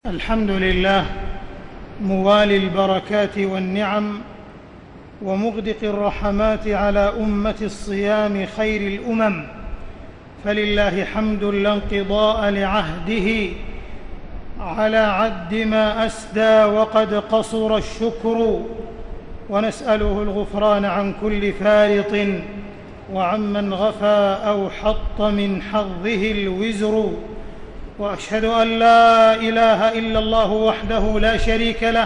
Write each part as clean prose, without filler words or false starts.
الحمد لله موالي البركات والنعم ومغدق الرحمات على أمة الصيام خير الأمم، فلله حمد لا انقضاء لعهده على عد ما أسدى وقد قصر الشكر، ونسأله الغفران عن كل فارط وعمن غفى أو حط من حظه الوزر. وأشهد أن لا إله إلا الله وحده لا شريك له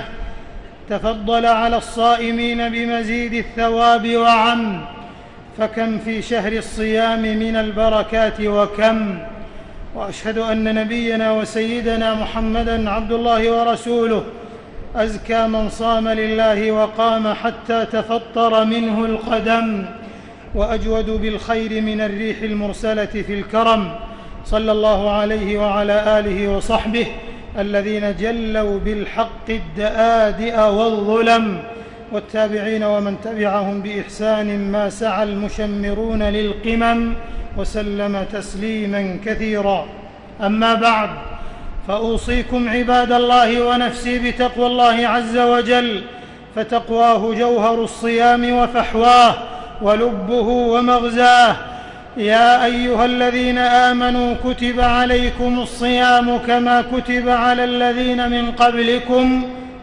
تفضل على الصائمين بمزيد الثواب وعم، فكم في شهر الصيام من البركات وكم. وأشهد أن نبينا وسيدنا محمدًا عبد الله ورسوله أزكى من صام لله وقام حتى تفطر منه القدم، وأجود بالخير من الريح المرسلة في الكرم، صلى الله عليه وعلى آله وصحبه الذين جلوا بالحق الدآدئ والظلم، والتابعين ومن تبعهم بإحسان ما سعى المشمرون للقمم، وسلم تسليما كثيرا. أما بعد، فأوصيكم عباد الله ونفسي بتقوى الله عز وجل، فتقواه جوهر الصيام وفحواه ولبه ومغزاه. يا أيها الذين آمنوا كتب عليكم الصيام كما كتب على الذين من قبلكم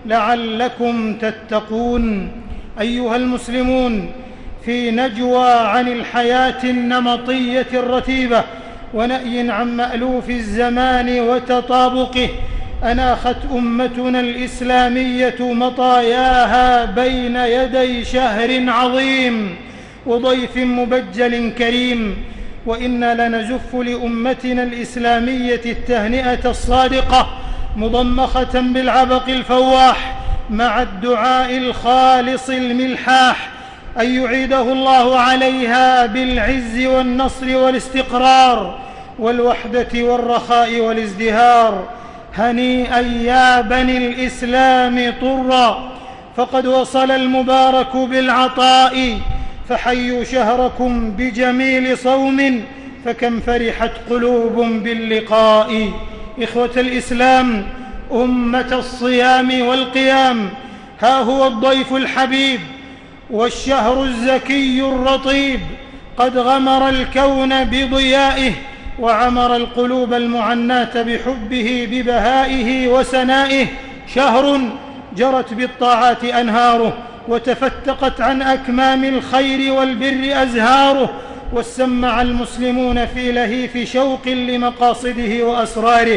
لعلكم تتقون. أيها المسلمون، في نجوى عن الحياة النمطية الرتيبة ونأي عن مألوف الزمان وتطابقه، أناخت أمتنا الإسلامية مطاياها بين يدي شهر عظيم وضيف مبجل كريم، وإنا لنزف لأمتنا الإسلامية التهنئة الصادقة مضمخة بالعبق الفواح مع الدعاء الخالص الملحاح أن يعيده الله عليها بالعز والنصر والاستقرار والوحدة والرخاء والازدهار. هنيئا يا بني الإسلام طرا، فقد وصل المبارك بالعطاء، فحيوا شهركم بجميل صوم، فكم فرحت قلوب باللقاء. إخوة الإسلام، أمة الصيام والقيام، ها هو الضيف الحبيب والشهر الزكي الرطيب قد غمر الكون بضيائه، وعمر القلوب المعناة بحبه ببهائه وسنائه. شهر جرت بالطاعات أنهاره، وتفتقت عن أكمام الخير والبر أزهاره، وسمع المسلمون في لهيف شوق لمقاصده وأسراره،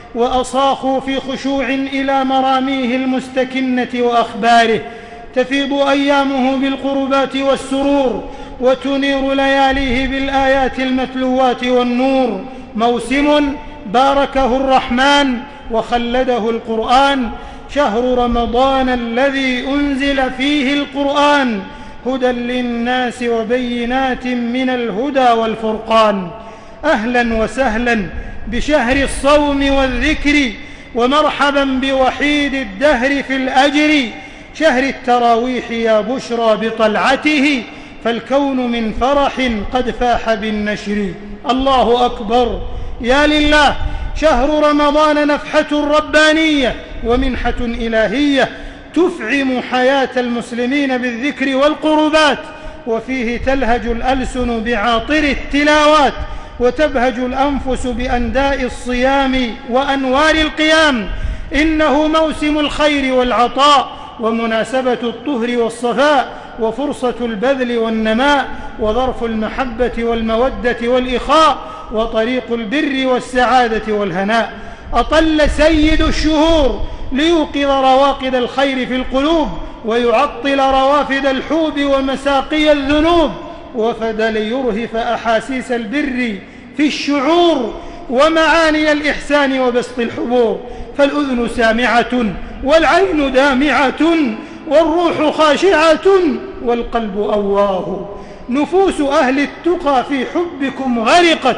وأصاخوا في خشوع إلى مراميه المستكنة وأخباره. تفيض أيامه بالقربات والسرور، وتنير لياليه بالآيات المتلوات والنور. موسم باركه الرحمن وخلده القرآن، شهر رمضان الذي أنزل فيه القرآن، هدى للناس وبينات من الهدى والفرقان. أهلا وسهلا بشهر الصوم والذكر، ومرحبا بوحيد الدهر في الأجر، شهر التراويح يا بشرى بطلعته، فالكون من فرح قد فاح بالنشر. الله أكبر، يا لله. شهر رمضان نفحة ربانية ومنحة إلهية تفعم حياة المسلمين بالذكر والقربات، وفيه تلهج الألسن بعاطر التلاوات، وتبهج الأنفس بأنداء الصيام وأنوار القيام. إنه موسم الخير والعطاء، ومناسبة الطهر والصفاء، وفرصة البذل والنماء، وظرف المحبة والمودة والإخاء، وطريق البر والسعادة والهناء. أطل سيد الشهور ليوقظ رواقد الخير في القلوب، ويعطل روافد الحوب ومساقي الذنوب، وفد ليرهف أحاسيس البر في الشعور، ومعاني الإحسان وبسط الحبور. فالأذن سامعة والعين دامعة والروح خاشعة والقلب أواه. نفوس أهل التقى في حبكم غرقت،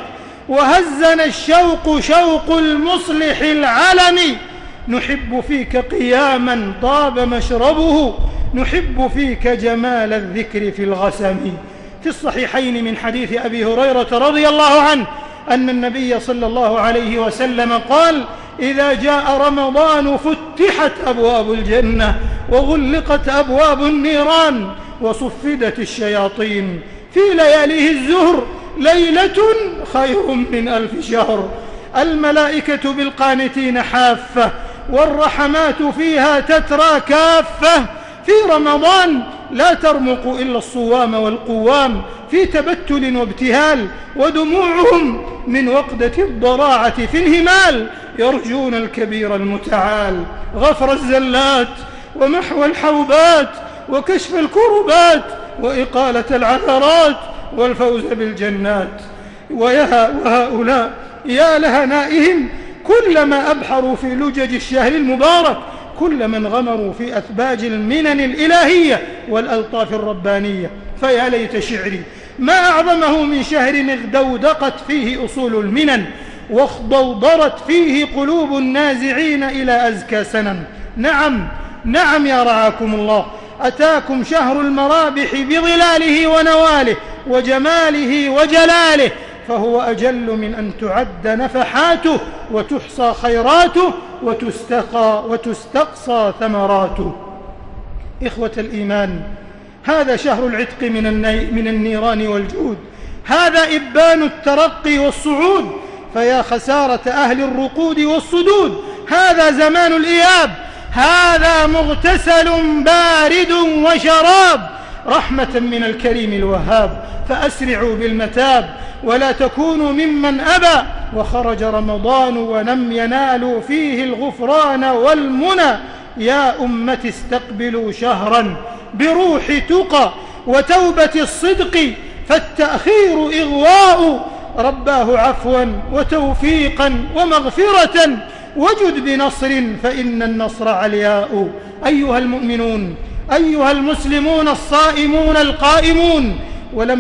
وهزنا الشوق شوق المصلح العلم. نحب فيك قياما طاب مشربه، نحب فيك جمال الذكر في الغسم. في الصحيحين من حديث أبي هريرة رضي الله عنه أن النبي صلى الله عليه وسلم قال: إذا جاء رمضان فتحت أبواب الجنة وغلقت أبواب النيران وصفدت الشياطين. في لياليه الزهر ليلة خير من 1000 شهر. الملائكة بالقانتين حافة، والرحمات فيها تترى كافة. في رمضان لا ترمق إلا الصوام والقوام في تبتل وابتهال، ودموعهم من وقدة الضراعة في الهمال، يرجون الكبير المتعال، غفر الزلات ومحو الحوبات وكشف الكربات وإقالة العثرات والفوز بالجنات. وهؤلاء يا لهنائهم كلما أبحروا في لجج الشهر المبارك، كل من غمروا في أثباج المنن الإلهية والألطاف الربانية. فيا ليت شعري ما أعظمه من شهر اغدودقت فيه أصول المنن، واخضوضرت فيه قلوب النازعين إلى أزكى سنن. نعم يا رعاكم الله، أتاكم شهر المرابح بظلاله ونواله وجماله وجلاله، فهو أجل من أن تعد نفحاته وتحصى خيراته وتستقصى ثمراته. إخوة الإيمان، هذا شهر العتق من النيران والجود، هذا إبان الترقي والصعود. فيا خسارة أهل الرقود والصدود، هذا زمان الإياب، هذا مغتسل بارد وشراب، رحمة من الكريم الوهاب. فأسرعوا بالمتاب ولا تكونوا ممن أبى، وخرج رمضان ولم ينالوا فيه الغفران والمنى. يا أمة استقبلوا شهرا بروح تقى وتوبة الصدق، فالتأخير إغواء، رباه عفوا وتوفيقا ومغفرة، وجد بنصر فإن النصر علياء. أيها المؤمنون، أيها المسلمون الصائمون القائمون، ولم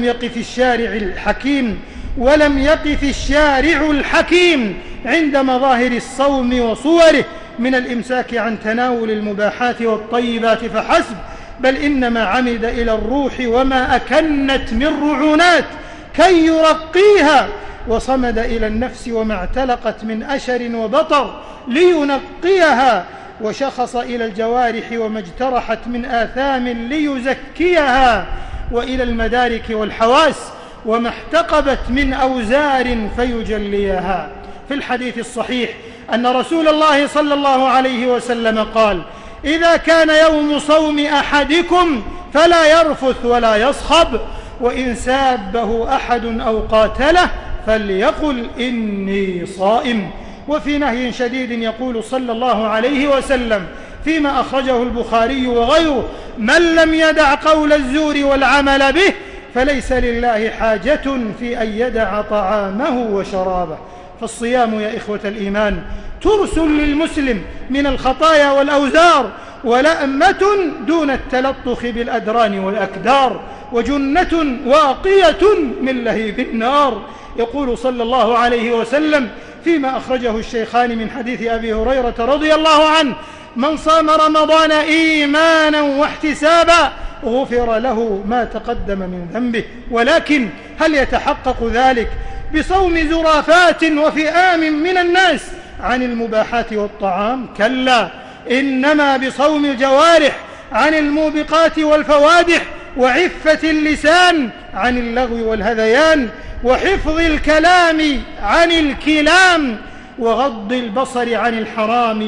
يقف الشارع الحكيم عند مظاهر الصوم وصوره من الإمساك عن تناول المباحات والطيبات فحسب، بل إنما عمد إلى الروح وما أكنت من رعونات كي يرقيها، وصمد إلى النفس وما اعتلقت من أشر وبطر لينقيها، وشخص إلى الجوارح وما اجترحت من آثام ليزكيها، وإلى المدارك والحواس وما احتقبت من أوزار فيجليها. في الحديث الصحيح أن رسول الله صلى الله عليه وسلم قال: إذا كان يوم صوم أحدكم فلا يرفث ولا يصخب، وإن سابه أحد أو قاتله فليقل إني صائم. وفي نهي شديد يقول صلى الله عليه وسلم فيما أخرجه البخاري وغيره: من لم يدع قول الزور والعمل به فليس لله حاجة في أن يدع طعامه وشرابه. فالصيام يا إخوة الإيمان ترس للمسلم من الخطايا والأوزار، ولأمة دون التلطخ بالأدران والأكدار، وجنة واقية من لهيب النار. يقول صلى الله عليه وسلم فيما أخرجه الشيخان من حديث أبي هريرة رضي الله عنه: من صام رمضان إيمانا واحتسابا غفر له ما تقدم من ذنبه. ولكن هل يتحقق ذلك بصوم زرافات وفئام من الناس عن المباحات والطعام؟ كلا، إنما بصوم الجوارح عن الموبقات والفوادح، وعفة اللسان عن اللغو والهذيان، وحفظ الكلام عن الكلام، وغض البصر عن الحرام،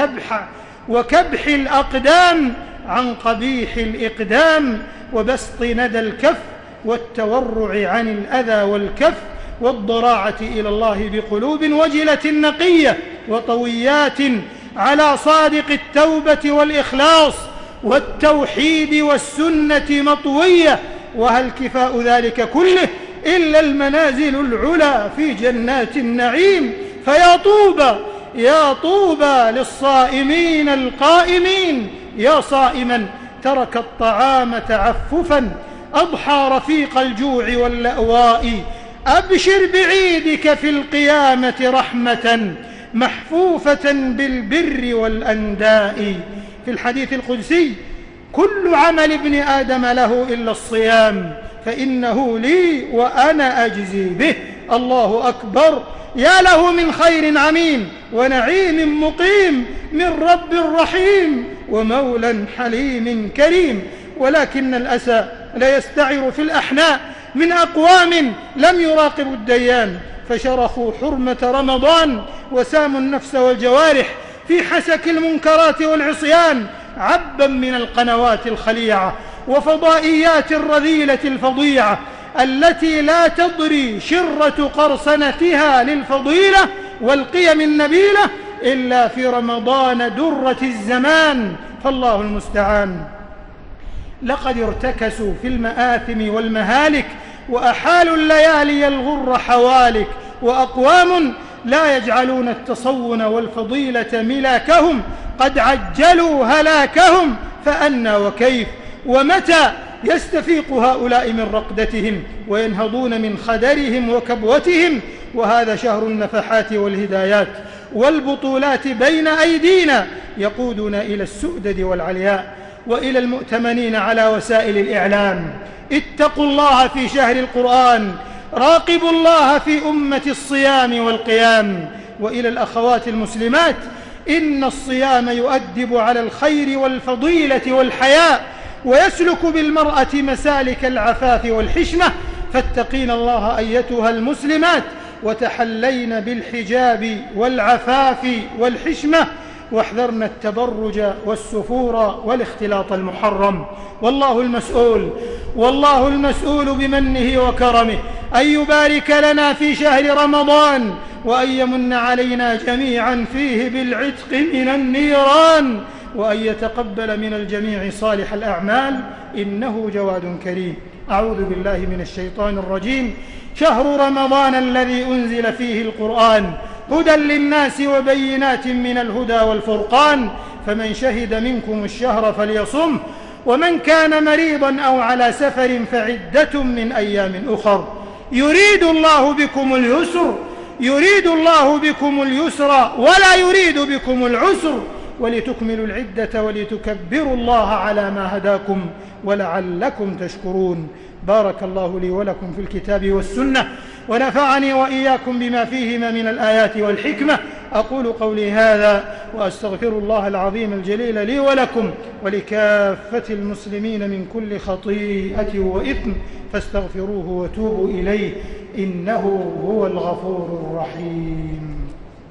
وكبح الأقدام عن قبيح الإقدام، وبسط ندى الكف، والتورع عن الأذى والكف، والضراعة إلى الله بقلوب وجلة نقية وطويات على صادق التوبة والإخلاص والتوحيد والسنة مطوية. وهل كفاء ذلك كله إلا المنازل العلى في جنات النعيم؟ فيا طوبى للصائمين القائمين. يا صائما ترك الطعام تعففا، أضحى رفيق الجوع واللأواء، أبشر بعيدك في القيامة رحمة محفوفة بالبر والأنداء. في الحديث القدسي: كل عمل ابن آدم له إلا الصيام فإنه لي وأنا أجزي به. الله أكبر. يا له من خير عميم ونعيم مقيم من رب رحيم ومولى حليم كريم. ولكن الأسى لا يستعر في الأحناء من أقوام لم يراقبوا الديان، فشرخوا حرمة رمضان وساموا النفس والجوارح في حسك المنكرات والعصيان عبا من القنوات الخليعة وفضائيات الرذيلة الفظيعة التي لا تضري شرة قرصنتها للفضيلة والقيم النبيلة إلا في رمضان درة الزمان، فالله المستعان. لقد ارتكسوا في المآثم والمهالك وأحالوا الليالي الغر حوالك، وأقوام لا يجعلون التصون والفضيلة ملاكهم قد عجلوا هلاكهم، فأنى وكيف ومتى يستفيق هؤلاء من رقدتهم وينهضون من خدرهم وكبوتهم؟ وهذا شهر النفحات والهدايات والبطولات بين أيدينا يقودنا إلى السؤدد والعلياء وإلى المؤتمنين على وسائل الإعلام. اتقوا الله في شهر القرآن، راقبوا الله في أمة الصيام والقيام. وإلى الأخوات المسلمات، إن الصيام يؤدب على الخير والفضيلة والحياء ويسلك بالمرأة مسالك العفاف والحشمة، فاتقين الله أيتها المسلمات وتحلين بالحجاب والعفاف والحشمة، واحذرن التبرج والسفور والاختلاط المحرم. والله المسؤول بمنه وكرمه أن يبارك لنا في شهر رمضان، وأن يمن علينا جميعا فيه بالعتق من النيران، وأن يتقبل من الجميع صالح الأعمال، إنه جواد كريم. أعوذ بالله من الشيطان الرجيم. شهر رمضان الذي أنزل فيه القرآن هدى للناس وبينات من الهدى والفرقان، فمن شهد منكم الشهر فليصمه، ومن كان مريضا أو على سفر فعدة من أيام أخر. يريد الله بكم اليسر ولا يريد بكم العسر، ولتكملوا العدة ولتكبروا الله على ما هداكم ولعلكم تشكرون. بارك الله لي ولكم في الكتاب والسنة، ونفعني وإياكم بما فيهما من الآيات والحكمة. أقول قولي هذا وأستغفر الله العظيم الجليل لي ولكم ولكافة المسلمين من كل خطيئة وإثم، فاستغفروه وتوبوا إليه، إنه هو الغفور الرحيم.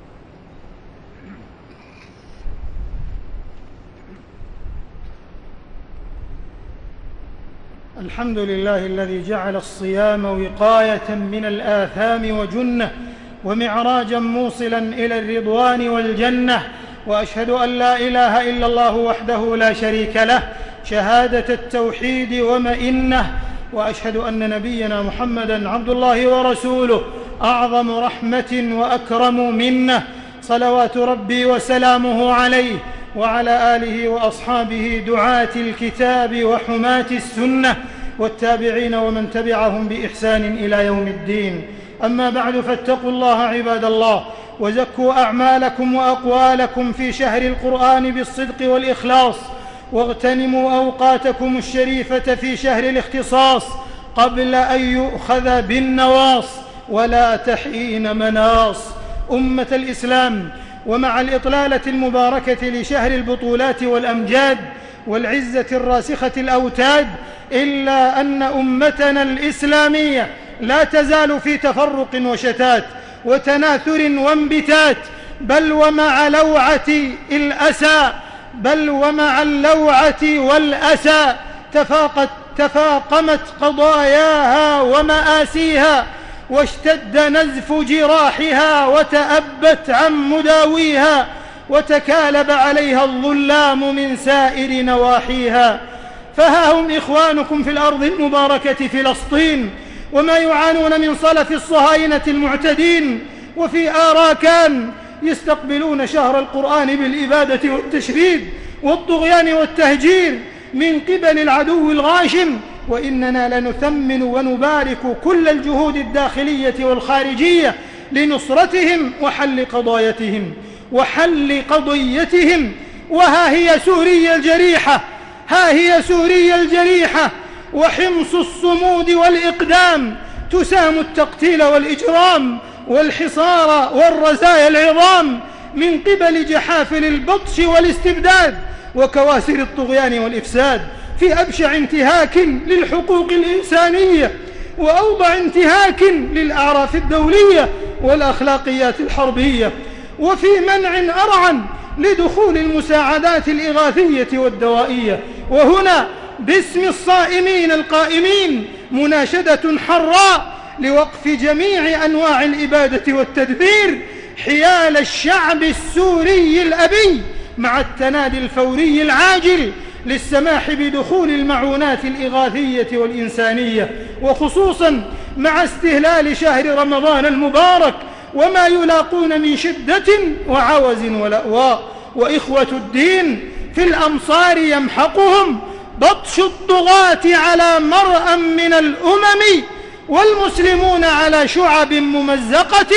الحمد لله الذي جعل الصيام وقاية من الآثام وجنة ومعراجا موصلا إلى الرضوان والجنة، وأشهد أن لا إله إلا الله وحده لا شريك له شهادة التوحيد ومئنة، وأشهد أن نبينا محمدا عبد الله ورسوله أعظم رحمة وأكرم منة، صلوات ربي وسلامه عليه وعلى آله وأصحابه دعاة الكتاب وحماة السنة والتابعين ومن تبعهم بإحسان إلى يوم الدين. أما بعد، فاتقوا الله عباد الله، وزكوا أعمالكم وأقوالكم في شهر القرآن بالصدق والإخلاص، واغتنموا أوقاتكم الشريفة في شهر الاختصاص قبل أن يؤخذ بالنواص ولا تحين مناص. أمة الإسلام، ومع الإطلالة المباركة لشهر البطولات والأمجاد والعزة الراسخة الأوتاد، إلا أن أمتنا الإسلامية لا تزال في تفرق وشتات وتناثر وانبتات، بل ومع اللوعة والأسى تفاقمت قضاياها ومآسيها، واشتد نزف جراحها وتأبت عن مداويها، وتكالب عليها الظلام من سائر نواحيها. فها هم إخوانكم في الأرض المباركة فلسطين، وما يعانون من صلف الصهاينة المعتدين، وفي آراكان يستقبلون شهر القرآن بالإبادة والتشريد والطغيان والتهجير من قبل العدو الغاشم. وإننا لنثمن ونبارك كل الجهود الداخلية والخارجية لنصرتهم وحل قضيتهم. وها هي سوريا الجريحة وحمص الصمود والإقدام تسام التقتيل والإجرام، والحصار والرزايا العظام من قبل جحافل البطش والاستبداد وكواسر الطغيان والإفساد، في أبشع انتهاك للحقوق الإنسانية وأوضع انتهاك للأعراف الدولية والأخلاقيات الحربية، وفي منع أرعن لدخول المساعدات الإغاثية والدوائية. وهنا باسم الصائمين القائمين مناشدة حراء لوقف جميع أنواع الإبادة والتدبير حيال الشعب السوري الأبي، مع التنادي الفوري العاجل للسماح بدخول المعونات الإغاثية والإنسانية، وخصوصا مع استهلال شهر رمضان المبارك وما يلاقون من شدة وعوز ولأواء. وإخوة الدين في الأمصار يمحقهم بطش الطغاة على مرأى من الأمم، والمسلمون على شعب ممزقة.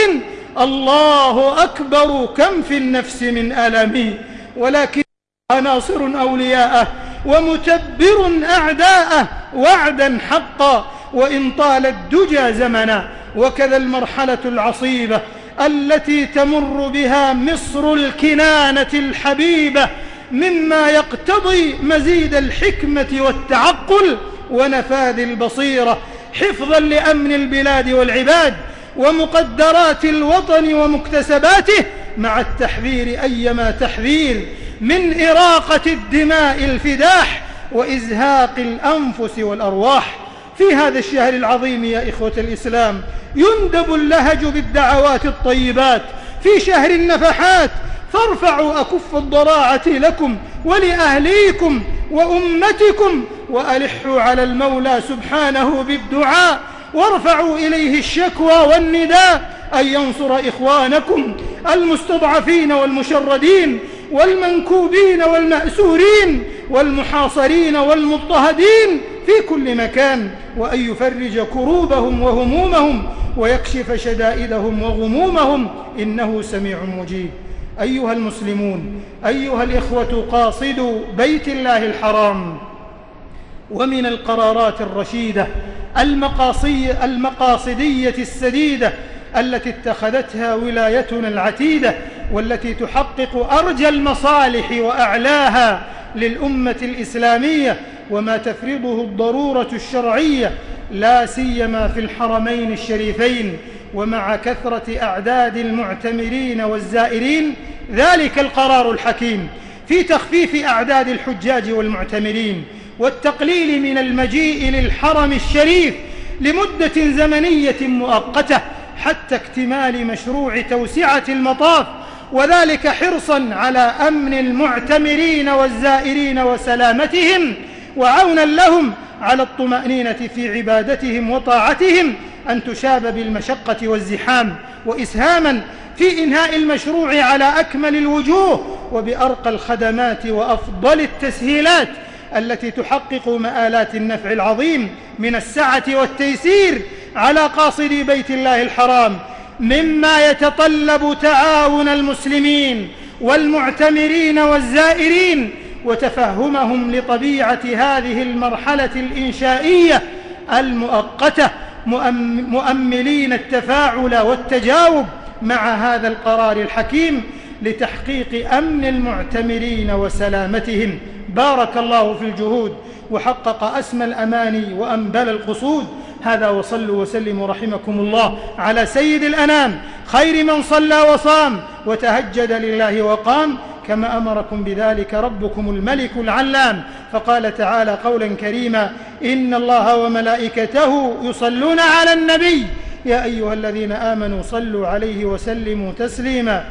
الله أكبر كم في النفس من ألم، ولكن ناصر أولياءه ومتبر أعداءه وعدا حقا وإن طال الدجى زمنا. وكذا المرحلة العصيبة التي تمر بها مصر الكنانة الحبيبة مما يقتضي مزيد الحكمة والتعقل ونفاذ البصيرة حفظا لأمن البلاد والعباد ومقدرات الوطن ومكتسباته، مع التحذير أيما تحذير من إراقة الدماء الفداح وإزهاق الأنفس والأرواح. في هذا الشهر العظيم يا إخوة الإسلام يندب اللهج بالدعوات الطيبات، في شهر النفحات فارفعوا أكف الضراعة لكم ولأهليكم وأمتكم وألحوا على المولى سبحانه بالدعاء، وارفعوا إليه الشكوى والنداء أن ينصر إخوانكم المستضعفين والمشردين والمنكوبين والمأسورين والمحاصرين والمضطهدين في كل مكان، وأن يفرج كروبهم وهمومهم ويكشف شدائدهم وغمومهم، إنه سميع مجيب. أيها المسلمون، أيها الإخوة، قاصدوا بيت الله الحرام ومن القرارات الرشيدة المقاصدية السديدة التي اتخذتها ولايتنا العتيدة، والتي تحقق أرجى المصالح وأعلاها للأمة الإسلامية وما تفرضه الضرورة الشرعية، لا سيما في الحرمين الشريفين ومع كثرة أعداد المعتمرين والزائرين، ذلك القرار الحكيم في تخفيف أعداد الحجاج والمعتمرين والتقليل من المجيء للحرم الشريف لمدة زمنية مؤقتة حتى اكتمال مشروع توسعة المطاف، وذلك حرصا على أمن المعتمرين والزائرين وسلامتهم، وعونا لهم على الطمأنينة في عبادتهم وطاعتهم أن تشاب بالمشقة والزحام، وإسهاما في إنهاء المشروع على أكمل الوجوه وبأرقى الخدمات وأفضل التسهيلات التي تحقق مآلات النفع العظيم من السعة والتيسير على قاصدي بيت الله الحرام، مما يتطلب تعاون المسلمين والمعتمرين والزائرين وتفهمهم لطبيعة هذه المرحلة الإنشائية المؤقتة، مؤملين التفاعل والتجاوب مع هذا القرار الحكيم لتحقيق أمن المعتمرين وسلامتهم. بارك الله في الجهود وحقق أسمى الأماني وأنبل القصود. هذا، وصلوا وسلموا رحمكم الله على سيد الأنام خير من صلى وصام وتهجد لله وقام، كما أمركم بذلك ربكم الملك العلام، فقال تعالى قولا كريما: إن الله وملائكته يصلون على النبي يا أيها الذين آمنوا صلوا عليه وسلموا تسليما.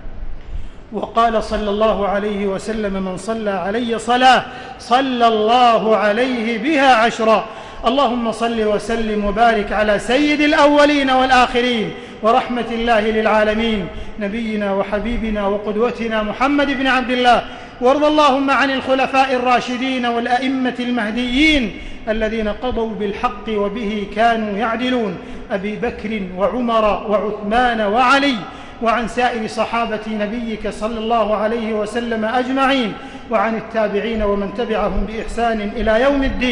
وقال صلى الله عليه وسلم: من صلى علي صلاة صلى الله عليه بها 10. اللهم صل وسلم وبارك على سيد الأولين والآخرين ورحمة الله للعالمين، نبينا وحبيبنا وقدوتنا محمد بن عبد الله، وارض اللهم عن الخلفاء الراشدين والأئمة المهديين الذين قضوا بالحق وبه كانوا يعدلون، أبي بكر وعمر وعثمان وعلي، وعن سائر صحابة نبيك صلى الله عليه وسلم أجمعين، وعن التابعين ومن تبعهم بإحسان إلى يوم الدين.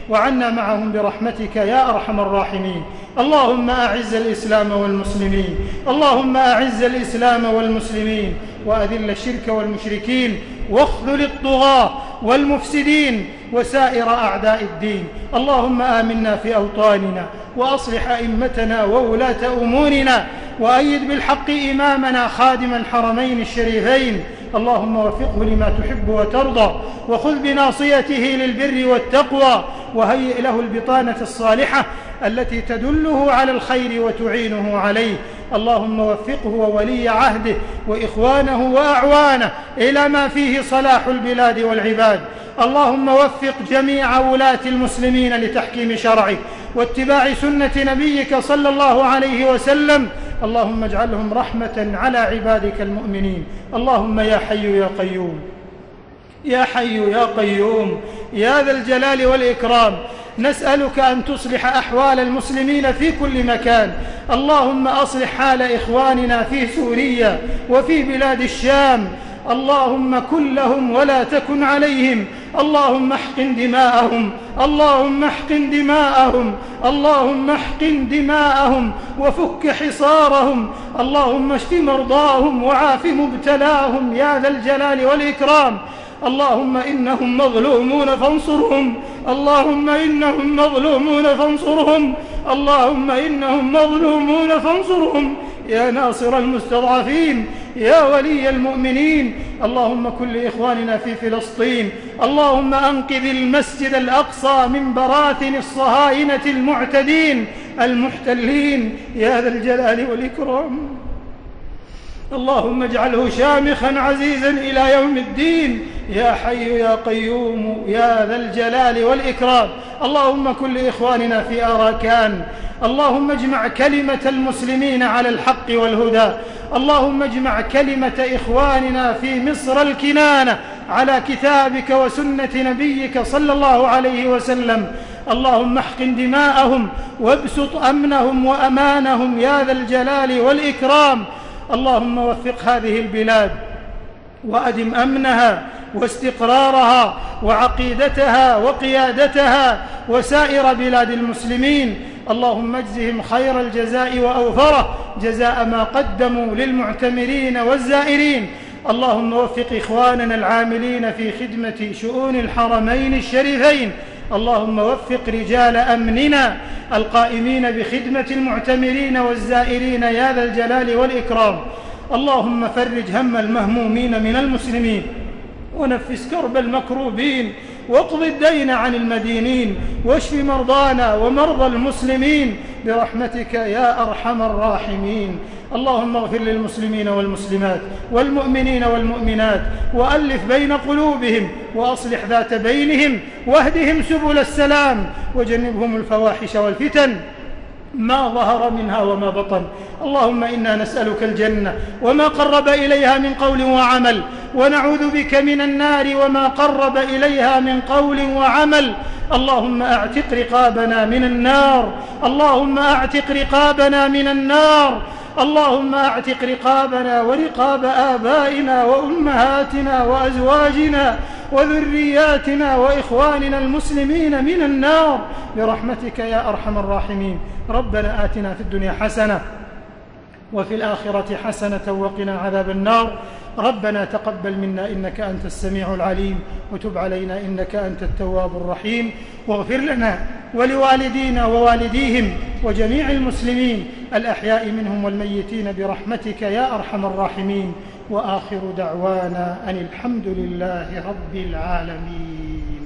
وعنا معهم برحمتك يا أرحم الراحمين. اللهم أعز الإسلام والمسلمين، اللهم أعز الإسلام والمسلمين، وأذل الشرك والمشركين، واخذل الطغاة والمفسدين وسائر أعداء الدين. اللهم آمنا في أوطاننا، وأصلح أئمتنا وولاة أمورنا، وأيد بالحق إمامنا خادم الحرمين الشريفين. اللهم وفقه لما تحب وترضى، وخذ بناصيته للبر والتقوى، وهيئ له البطانة الصالحة التي تدله على الخير وتعينه عليه. اللهم وفقه وولي عهده وإخوانه وأعوانه إلى ما فيه صلاح البلاد والعباد. اللهم وفق جميع ولاة المسلمين لتحكيم شرعك واتباع سنة نبيك صلى الله عليه وسلم. اللهم اجعلهم رحمة على عبادك المؤمنين. اللهم يا حي يا قيوم، يا حي يا قيوم، يا ذا الجلال والإكرام، نسألك أن تصلح أحوال المسلمين في كل مكان. اللهم أصلح حال إخواننا في سوريا وفي بلاد الشام. اللهم كن لهم ولا تكن عليهم. اللهم احقن دماءهم، اللهم احقن دماءهم، اللهم احقن دماءهم وفك حصارهم. اللهم اشف مرضاهم وعاف مبتلاهم يا ذا الجلال والإكرام. اللهم إنهم مظلومون فانصرهم، اللهم إنهم مظلومون فانصرهم، اللهم إنهم مظلومون فانصرهم يا ناصر المستضعفين، يا ولي المؤمنين. اللهم كن لإخواننا في فلسطين. اللهم أنقذ المسجد الأقصى من براثن الصهاينة المعتدين المحتلين يا ذا الجلال والإكرام. اللهم اجعله شامخا عزيزا إلى يوم الدين يا حي يا قيوم يا ذا الجلال والإكرام. اللهم كن لإخواننا في أراكان. اللهم اجمع كلمة المسلمين على الحق والهدى. اللهم اجمع كلمة إخواننا في مصر الكنانة على كتابك وسنة نبيك صلى الله عليه وسلم. اللهم احقن دماءهم وابسط أمنهم وأمانهم يا ذا الجلال والإكرام. اللهم وفق هذه البلاد وأدم أمنها واستقرارها وعقيدتها وقيادتها وسائر بلاد المسلمين. اللهم اجزهم خير الجزاء وأوفره جزاء ما قدموا للمعتمرين والزائرين. اللهم وفق إخواننا العاملين في خدمة شؤون الحرمين الشريفين. اللهم وفق رجال أمننا القائمين بخدمة المعتمرين والزائرين يا ذا الجلال والإكرام. اللهم فرج هم المهمومين من المسلمين، ونفس كرب المكروبين، واقض الدين عن المدينين، واشف مرضانا ومرضى المسلمين برحمتك يا أرحم الراحمين. اللهم اغفر للمسلمين والمسلمات والمؤمنين والمؤمنات، وألف بين قلوبهم، وأصلح ذات بينهم، واهدهم سبل السلام، وجنبهم الفواحش والفتن ما ظهر منها وما بطن. اللهم إنا نسألك الجنة وما قرب إليها من قول وعمل، ونعوذ بك من النار وما قرب إليها من قول وعمل. اللهم أعتق رقابنا من النار، اللهم أعتق رقابنا من النار، اللهم أعتق رقابنا ورقاب آبائنا وأمهاتنا وأزواجنا وذرياتنا وإخواننا المسلمين من النار برحمتك يا أرحم الراحمين. ربنا آتنا في الدنيا حسنة وفي الآخرة حسنة وقنا عذاب النار. ربنا تقبل منا إنك أنت السميع العليم، وتب علينا إنك أنت التواب الرحيم، واغفر لنا ولوالدينا ووالديهم وجميع المسلمين الأحياء منهم والميتين برحمتك يا أرحم الراحمين. وآخر دعوانا أن الحمد لله رب العالمين.